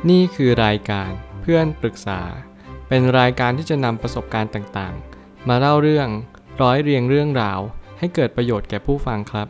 นี่คือรายการเพื่อนปรึกษาเป็นรายการที่จะนำประสบการณ์ต่างๆมาเล่าเรื่องร้อยเรียงเรื่องราวให้เกิดประโยชน์แก่ผู้ฟังครับ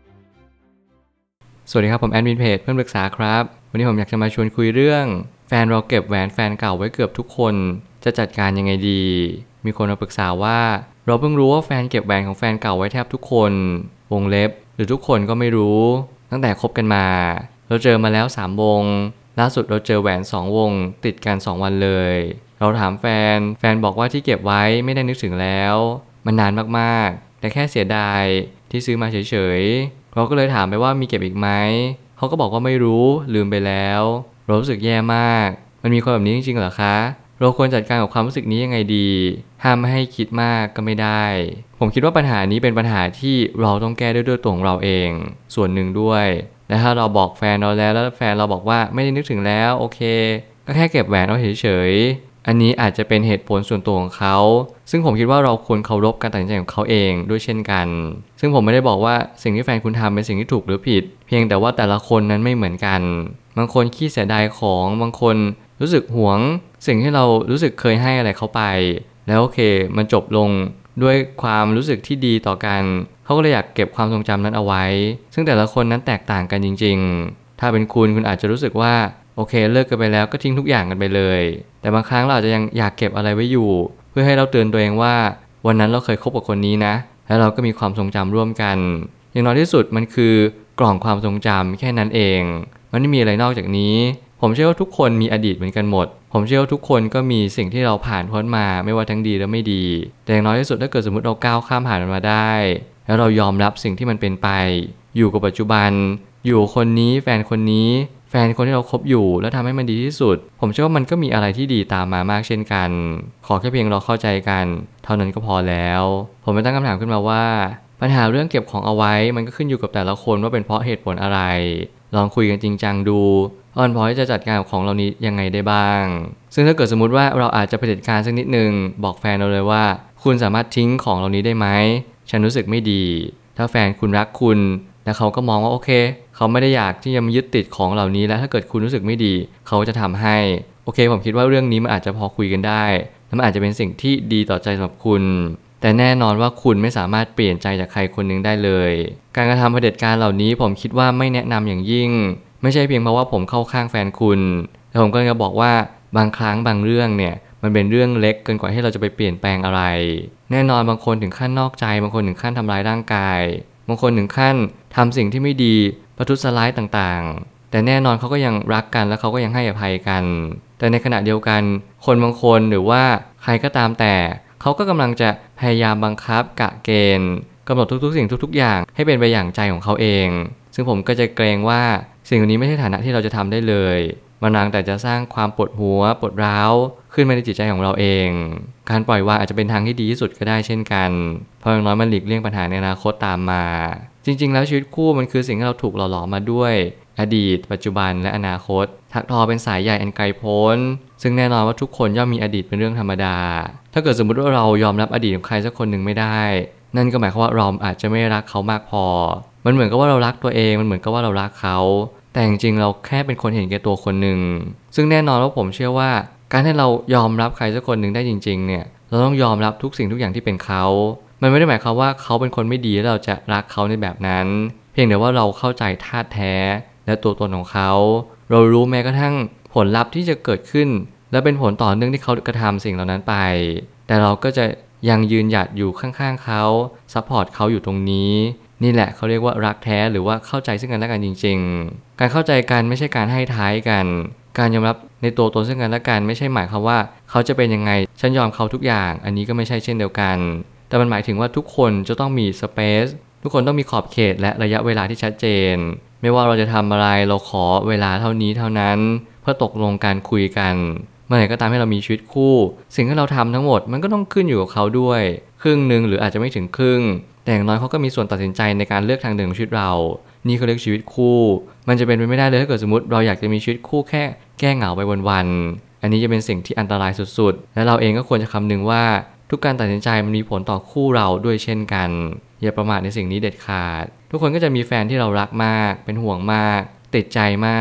สวัสดีครับผมแอดมินเพจเพื่อนปรึกษาครับวันนี้ผมอยากจะมาชวนคุยเรื่องแฟนเราเก็บแหวนแฟนเก่าไว้เกือบทุกคนจะจัดการยังไงดีมีคนมาปรึกษาว่าเราเพิ่งรู้ว่าแฟนเก็บแหวนของแฟนเก่าไว้แทบทุกคนวงเล็บหรือทุกคนก็ไม่รู้ตั้งแต่คบกันมาเราเจอมาแล้ว3 วงล่าสุดเราเจอแหวน2 วงติดกัน2 วันเลยเราถามแฟนบอกว่าที่เก็บไว้ไม่ได้นึกถึงแล้วมันนานมากๆแต่แค่เสียดายที่ซื้อมาเฉยๆเราก็เลยถามไปว่ามีเก็บอีกไหมเขาก็บอกว่าไม่รู้ลืมไปแล้วเรารู้สึกแย่มากมันมีคนแบบนี้จริงๆเหรอคะเราควรจัดการกับความรู้สึกนี้ยังไงดีห้ามไม่ให้คิดมากก็ไม่ได้ผมคิดว่าปัญหานี้เป็นปัญหาที่เราต้องแก้ด้วยตัวของเราเองส่วนหนึ่งด้วยและถ้าเราบอกแฟนเราแล้วแฟนเราบอกว่าไม่ได้นึกถึงแล้วโอเคก็แค่เก็บแหวนเอาเฉยๆอันนี้อาจจะเป็นเหตุผลส่วนตัวของเขาซึ่งผมคิดว่าเราควรเคารพการตัดสินใจของเขาเองด้วยเช่นกันซึ่งผมไม่ได้บอกว่าสิ่งที่แฟนคุณทำเป็นสิ่งที่ถูกหรือผิดเพียงแต่ว่าแต่ละคนนั้นไม่เหมือนกันบางคนขี้เสียดายของบางคนรู้สึกหวงสิ่งที่เรารู้สึกเคยให้อะไรเขาไปแล้วโอเคมันจบลงด้วยความรู้สึกที่ดีต่อกันเขาก็เลยอยากเก็บความทรงจำนั้นเอาไว้ซึ่งแต่ละคนนั้นแตกต่างกันจริงๆถ้าเป็นคุณอาจจะรู้สึกว่าโอเคเลิกกันไปแล้วก็ทิ้งทุกอย่างกันไปเลยแต่บางครั้งเราอาจจะยังอยากเก็บอะไรไว้อยู่เพื่อให้เราเตือนตัวเองว่าวันนั้นเราเคยคบกับคนนี้นะแล้วเราก็มีความทรงจำร่วมกันอย่างน้อยที่สุดมันคือกล่องความทรงจำแค่นั้นเองมันไม่มีอะไรนอกจากนี้ผมเชื่อว่าทุกคนมีอดีตเหมือนกันหมดผมเชื่อว่าทุกคนก็มีสิ่งที่เราผ่านพ้นมาไม่ว่าทั้งดีและไม่ดีแต่อย่างน้อยที่สุดถ้าเกิดสมมติเราก้าวข้ามผ่านมันมาได้แล้วเรายอมรับสิ่งที่มันเป็นไปอยู่กับปัจจุบันอยู่คนนี้แฟนคนนี้แฟนคนที่เราคบอยู่แล้วทำให้มันดีที่สุดผมเชื่อว่ามันก็มีอะไรที่ดีตามมามากเช่นกันขอแค่เพียงเราเข้าใจกันเท่านั้นก็พอแล้วผมไปตั้งคำถามขึ้นมาว่าปัญหาเรื่องเก็บของเอาไว้มันก็ขึ้นอยู่กับแต่ละคนว่าเป็นเพราะเหตุผลอะไรลองคุยกันจริงจังดูพอที่จะจัดการกับของเหล่านี้ยังไงได้บ้างซึ่งถ้าเกิดสมมุติว่าเราอาจจะเผด็จการสักนิดนึงบอกแฟนเราเลยว่าคุณสามารถทิ้งของเหล่านี้ได้ไหมฉันรู้สึกไม่ดีถ้าแฟนคุณรักคุณและเขาก็มองว่าโอเคเขาไม่ได้อยากที่จะมายึดติดของเหล่านี้แล้วถ้าเกิดคุณรู้สึกไม่ดีเขาจะทำให้โอเคผมคิดว่าเรื่องนี้มันอาจจะพอคุยกันได้และมันอาจจะเป็นสิ่งที่ดีต่อใจสำหรับคุณแต่แน่นอนว่าคุณไม่สามารถเปลี่ยนใจจากใครคนหนึ่งได้เลยการกระทำเผด็จการเหล่านี้ผมคิดว่าไม่แนะนำอย่างยิ่งไม่ใช่เพียงเพราะว่าผมเข้าข้างแฟนคุณแต่ผมก็จะบอกว่าบางครั้งบางเรื่องเนี่ยมันเป็นเรื่องเล็กเกินกว่าที่เราจะไปเปลี่ยนแปลงอะไรแน่นอนบางคนถึงขั้นนอกใจบางคนถึงขั้นทำร้ายร่างกายบางคนถึงขั้นทำสิ่งที่ไม่ดีประทุษร้ายต่างๆแต่แน่นอนเขาก็ยังรักกันและเขาก็ยังให้อภัยกันแต่ในขณะเดียวกันคนบางคนหรือว่าใครก็ตามแต่เขาก็กำลังจะพยายามบังคับกะเกณฑ์กำหนดทุกๆสิ่งทุกๆอย่างให้เป็นไปอย่างใจของเขาเองซึ่งผมก็จะเกรงว่าสิ่งนี้ไม่ใช่ฐานะที่เราจะทำได้เลยมันนางแต่จะสร้างความปวดหัวปวดร้าวขึ้นมาในจิตใจของเราเองการปล่อยวางอาจจะเป็นทางที่ดีที่สุดก็ได้เช่นกันเพราะอย่างน้อยมันหลีกเลี่ยงปัญหาในอนาคตตามมาจริงๆแล้วชีวิตคู่มันคือสิ่งที่เราถูกหล่อหลอมมาด้วยอดีตปัจจุบันและอนาคตถักทอเป็นสายใยอันไกลโพ้นซึ่งแน่นอนว่าทุกคนย่อมมีอดีตเป็นเรื่องธรรมดาถ้าเกิดสมมติว่าเรายอมรับอดีตของใครสักคนหนึ่งไม่ได้นั่นก็หมายความว่าเราอาจจะไม่รักเขามากพอมันเหมือนกับว่าเรารักตัวเองมันเหมือนกับว่าเรารักเขาแต่จริงๆเราแค่เป็นคนเห็นแก่ตัวคนหนึ่งซึ่งแน่นอนว่าผมเชื่อว่าการที่เรายอมรับใครสักคนหนึ่งได้จริงๆเนี่ยเราต้องยอมรับทุกสิ่งทุกอย่างที่เป็นเขามันไม่ได้หมายความว่าเขาเป็นคนไม่ดีแล้วเราจะรักเขาในแบบนั้นเพียงแต่ว่าเราเข้าใจธาตุแท้และตัวตนของเขาเรารู้แม้กระทั่งผลลัพธ์ที่จะเกิดขึ้นและเป็นผลต่อเนื่องที่เขากระทำสิ่งเหล่านั้นไปแต่เราก็จะยังยืนหยัดอยู่ข้างๆเขาซัพพอร์ตเขาอยู่ตรงนี้นี่แหละเขาเรียกว่ารักแท้หรือว่าเข้าใจซึ่งกันและกันจริงๆการเข้าใจกันไม่ใช่การให้ท้ายกันการยอมรับในตัวตนซึ่งกันและกันไม่ใช่หมายความว่าเขาจะเป็นยังไงฉันยอมเขาทุกอย่างอันนี้ก็ไม่ใช่เช่นเดียวกันแต่มันหมายถึงว่าทุกคนจะต้องมีสเปซทุกคนต้องมีขอบเขตและระยะเวลาที่ชัดเจนไม่ว่าเราจะทำอะไรเราขอเวลาเท่านี้เท่านั้นเพื่อตกลงการคุยกันเมื่อไหร่ก็ตามให้เรามีชีวิตคู่สิ่งที่เราทำทั้งหมดมันก็ต้องขึ้นอยู่กับเขาด้วยครึ่งนึงหรืออาจจะไม่ถึงครึ่งแต่อย่างน้อยเขาก็มีส่วนตัดสินใจในการเลือกทางเดินของชีวิตเรานี่เขาเรียกชีวิตคู่มันจะเป็นไปไม่ได้เลยถ้าเกิดสมมติเราอยากจะมีชีวิตคู่แค่แก้เหงาไปวันๆอันนี้จะเป็นสิ่งที่อันตรายสุดๆและเราเองก็ควรจะคำนึงว่าทุกการตัดสินใจมันมีผลต่อคู่เราด้วยเช่นกันอย่าประมาทในสิ่งนี้เด็ดขาดทุกคนก็จะมีแฟนที่เรารักมากเป็นห่วงมากติดใจมาก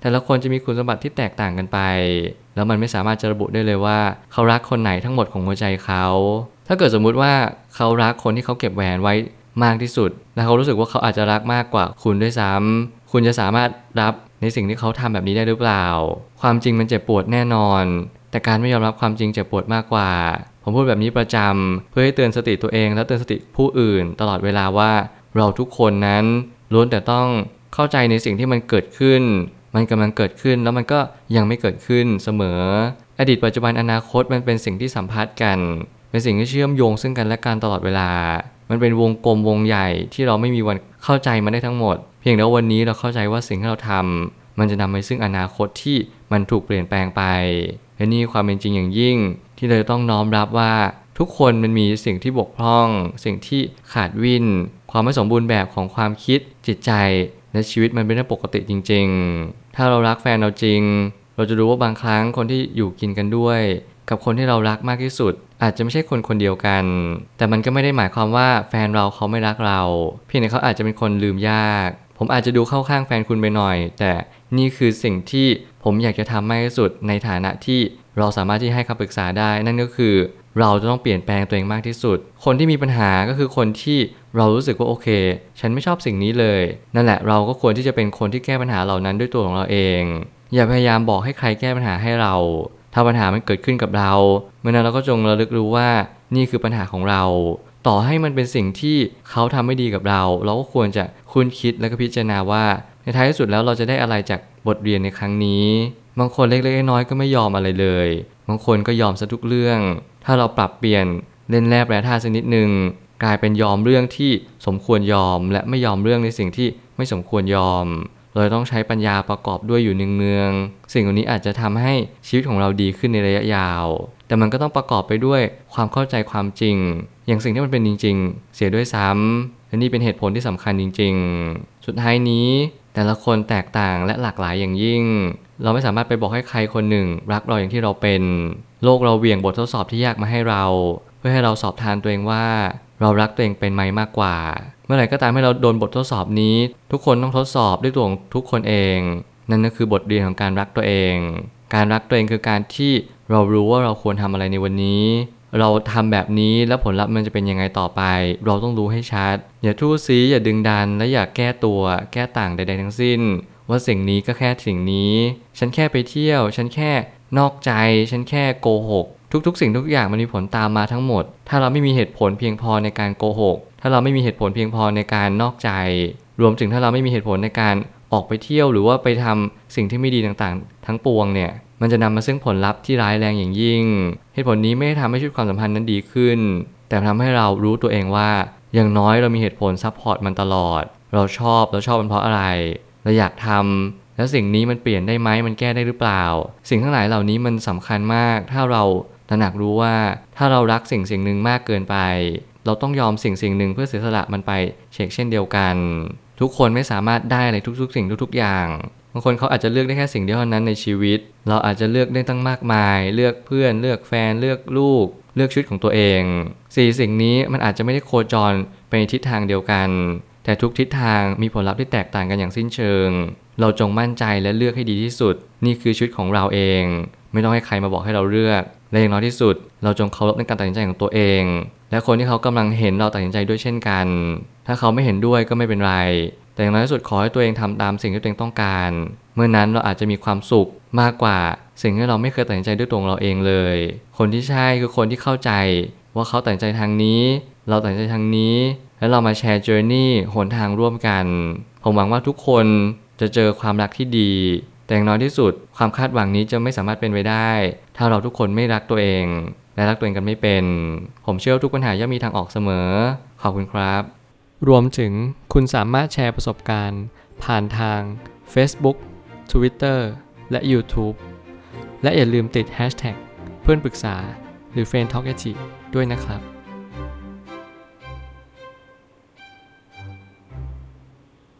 แต่ละคนจะมีคุณสมบัติที่แตกต่างกันไปแล้วมันไม่สามารถจะระบุได้เลยว่าเขารักคนไหนทั้งหมดของหัวใจเขาถ้าเกิดสมมุติว่าเขารักคนที่เขาเก็บแหวนไว้มากที่สุดและเขารู้สึกว่าเขาอาจจะรักมากกว่าคุณด้วยซ้ำคุณจะสามารถรับในสิ่งที่เขาทำแบบนี้ได้หรือเปล่าความจริงมันเจ็บปวดแน่นอนแต่การไม่ยอมรับความจริงเจ็บปวดมากกว่าผมพูดแบบนี้ประจำเพื่อให้เตือนสติตัวเองและเตือนสติผู้อื่นตลอดเวลาว่าเราทุกคนนั้นล้วนแต่ต้องเข้าใจในสิ่งที่มันเกิดขึ้นมันกำลังเกิดขึ้นแล้วมันก็ยังไม่เกิดขึ้นเสมออดีตปัจจุบันอนาคตมันเป็นสิ่งที่สัมพัทธ์กันเป็นสิ่งที่เชื่อมโยงซึ่งกันและกันตลอดเวลามันเป็นวงกลมวงใหญ่ที่เราไม่มีวันเข้าใจมันได้ทั้งหมดเพียงแต่วันนี้เราเข้าใจว่าสิ่งที่เราทำมันจะนำไปซึ่งอนาคตที่มันถูกเปลี่ยนแปลงไปและนี่ความเป็นจริงอย่างยิ่งที่เราต้องน้อมรับว่าทุกคนมันมีสิ่งที่บกพร่องสิ่งที่ขาดวินความไม่สมบูรณ์แบบของความคิดจิตใจและชีวิตมันเป็นเรื่องปกติจริงๆถ้าเรารักแฟนเราจริงเราจะรู้ว่าบางครั้งคนที่อยู่กินกันด้วยกับคนที่เรารักมากที่สุดอาจจะไม่ใช่คนคนเดียวกันแต่มันก็ไม่ได้หมายความว่าแฟนเราเขาไม่รักเราเพียงแต่เขาอาจจะเป็นคนลืมยากผมอาจจะดูเข้าข้างแฟนคุณไปหน่อยแต่นี่คือสิ่งที่ผมอยากจะทำมากที่สุดในฐานะที่เราสามารถที่ให้คำปรึกษาได้นั่นก็คือเราจะต้องเปลี่ยนแปลงตัวเองมากที่สุดคนที่มีปัญหาก็คือคนที่เรารู้สึกว่าโอเคฉันไม่ชอบสิ่งนี้เลยนั่นแหละเราก็ควรที่จะเป็นคนที่แก้ปัญหาเหล่านั้นด้วยตัวของเราเองอย่าพยายามบอกให้ใครแก้ปัญหาให้เราถ้าปัญหามันเกิดขึ้นกับเราเมื่อนั้นเราก็จงระลึกรู้ว่านี่คือปัญหาของเราต่อให้มันเป็นสิ่งที่เขาทำไม่ดีกับเราเราก็ควรจะคุ้นคิดและก็พิจารณาว่าในท้ายที่สุดแล้วเราจะได้อะไรจากบทเรียนในครั้งนี้บางคนเล็กๆน้อยๆก็ไม่ยอมอะไรเลยบางคนก็ยอมซะทุกเรื่องถ้าเราปรับเปลี่ยนเล่นแร่แปรธาตุสักนิดนึงกลายเป็นยอมเรื่องที่สมควรยอมและไม่ยอมเรื่องในสิ่งที่ไม่สมควรยอมเราต้องใช้ปัญญาประกอบด้วยอยู่เนืองๆสิ่งเหล่านี้อาจจะทำให้ชีวิตของเราดีขึ้นในระยะยาวแต่มันก็ต้องประกอบไปด้วยความเข้าใจความจริงอย่างสิ่งที่มันเป็นจริงๆเสียด้วยซ้ำและนี่เป็นเหตุผลที่สำคัญจริงๆสุดท้ายนี้แต่ละคนแตกต่างและหลากหลายอย่างยิ่งเราไม่สามารถไปบอกให้ใครคนหนึ่งรักเราอย่างที่เราเป็นโลกเราเหวี่ยงบททดสอบที่ยากมาให้เราเพื่อให้เราสอบทานตัวเองว่าเรารักตัวเองเป็นไหมมากกว่าเมื่อไหร่ก็ตามให้เราโดนบททดสอบนี้ทุกคนต้องทดสอบด้วยตัวของทุกคนเองนั่นก็คือบทเรียนของการรักตัวเองการรักตัวเองคือการที่เรารู้ว่าเราควรทำอะไรในวันนี้เราทำแบบนี้แล้วผลลัพธ์มันจะเป็นยังไงต่อไปเราต้องรู้ให้ชัดอย่าทู่ซีอย่าดึงดันและอย่าแก้ตัวแก้ต่างใดๆทั้งสิ้นว่าสิ่งนี้ก็แค่สิ่งนี้ฉันแค่ไปเที่ยวฉันแค่นอกใจฉันแค่โกหกทุกสิ่งทุกอย่างมันมีผลตามมาทั้งหมดถ้าเราไม่มีเหตุผลเพียงพอในการโกหกถ้าเราไม่มีเหตุผลเพียงพอในการนอกใจรวมถึงถ้าเราไม่มีเหตุผลในการออกไปเที่ยวหรือว่าไปทำสิ่งที่ไม่ดีต่างๆทั้งปวงเนี่ยมันจะนำมาซึ่งผลลัพธ์ที่ร้ายแรงอย่างยิ่งเหตุผลนี้ไม่ได้ทำให้ชีวิตความสัมพันธ์นั้นดีขึ้นแต่ทำให้เรารู้ตัวเองว่าอย่างน้อยเรามีเหตุผลซัพพอร์ตมันตลอดเราชอบมันเพราะอะไรเราอยากทำแล้วสิ่งนี้มันเปลี่ยนได้ไหมมันแก้ได้หรือเปล่าสิ่งทั้งหลายเหล่านี้มันสำคัญมากถ้าเราตระหนักรู้ว่าถ้าเรารักสิ่งหนึ่งมากเกินไปเราต้องยอมสิ่งหนึ่งเพื่อเสียสละมันไปเช่นเดียวกันทุกคนไม่สามารถได้อะไรทุกสิ่งทุกอย่างบางคนเขาอาจจะเลือกได้แค่สิ่งเดียวเท่านั้นในชีวิตเราอาจจะเลือกได้ตั้งมากมายเลือกเพื่อนเลือกแฟนเลือกลูกเลือกชีวิตของตัวเองสิ่งนี้มันอาจจะไม่ได้โคจรไปในทิศทางเดียวกันแต่ทุกทิศทางมีผลลัพธ์ที่แตกต่างกันอย่างสิ้นเชิงเราจงมั่นใจและเลือกให้ดีที่สุดนี่คือชีวิตของเราเองไม่ต้องให้ใครมาบอกให้เราเลือกและอย่างน้อยที่สุดเราจงเคารพในการตัดสินใจของตัวเองและคนที่เขากำลังเห็นเราตัดสินใจด้วยเช่นกันถ้าเขาไม่เห็นด้วยก็ไม่เป็นไรแต่อย่างน้อยที่สุดขอให้ตัวเองทำตามสิ่งที่ตัวเองต้องการเมื่อนั้นเราอาจจะมีความสุขมากกว่าสิ่งที่เราไม่เคยตัดสินใจด้วยตัวเราเองเลยคนที่ใช่คือคนที่เข้าใจว่าเขาตัดสินใจทางนี้เราตัดสินใจทางนี้แล้วเรามาแชร์ journey หนทางร่วมกันผมหวังว่าทุกคนจะเจอความรักที่ดีแต่อย่างน้อยที่สุดความคาดหวังนี้จะไม่สามารถเป็นไปได้ถ้าเราทุกคนไม่รักตัวเองและรักตัวเองกันไม่เป็นผมเชื่อว่าทุกปัญหาย่อมมีทางออกเสมอขอบคุณครับรวมถึงคุณสามารถแชร์ประสบการณ์ผ่านทาง Facebook Twitter และ YouTube และอย่าลืมติด Hashtag เพื่อนปรึกษาหรือ Friend Talk ด้วยนะครับ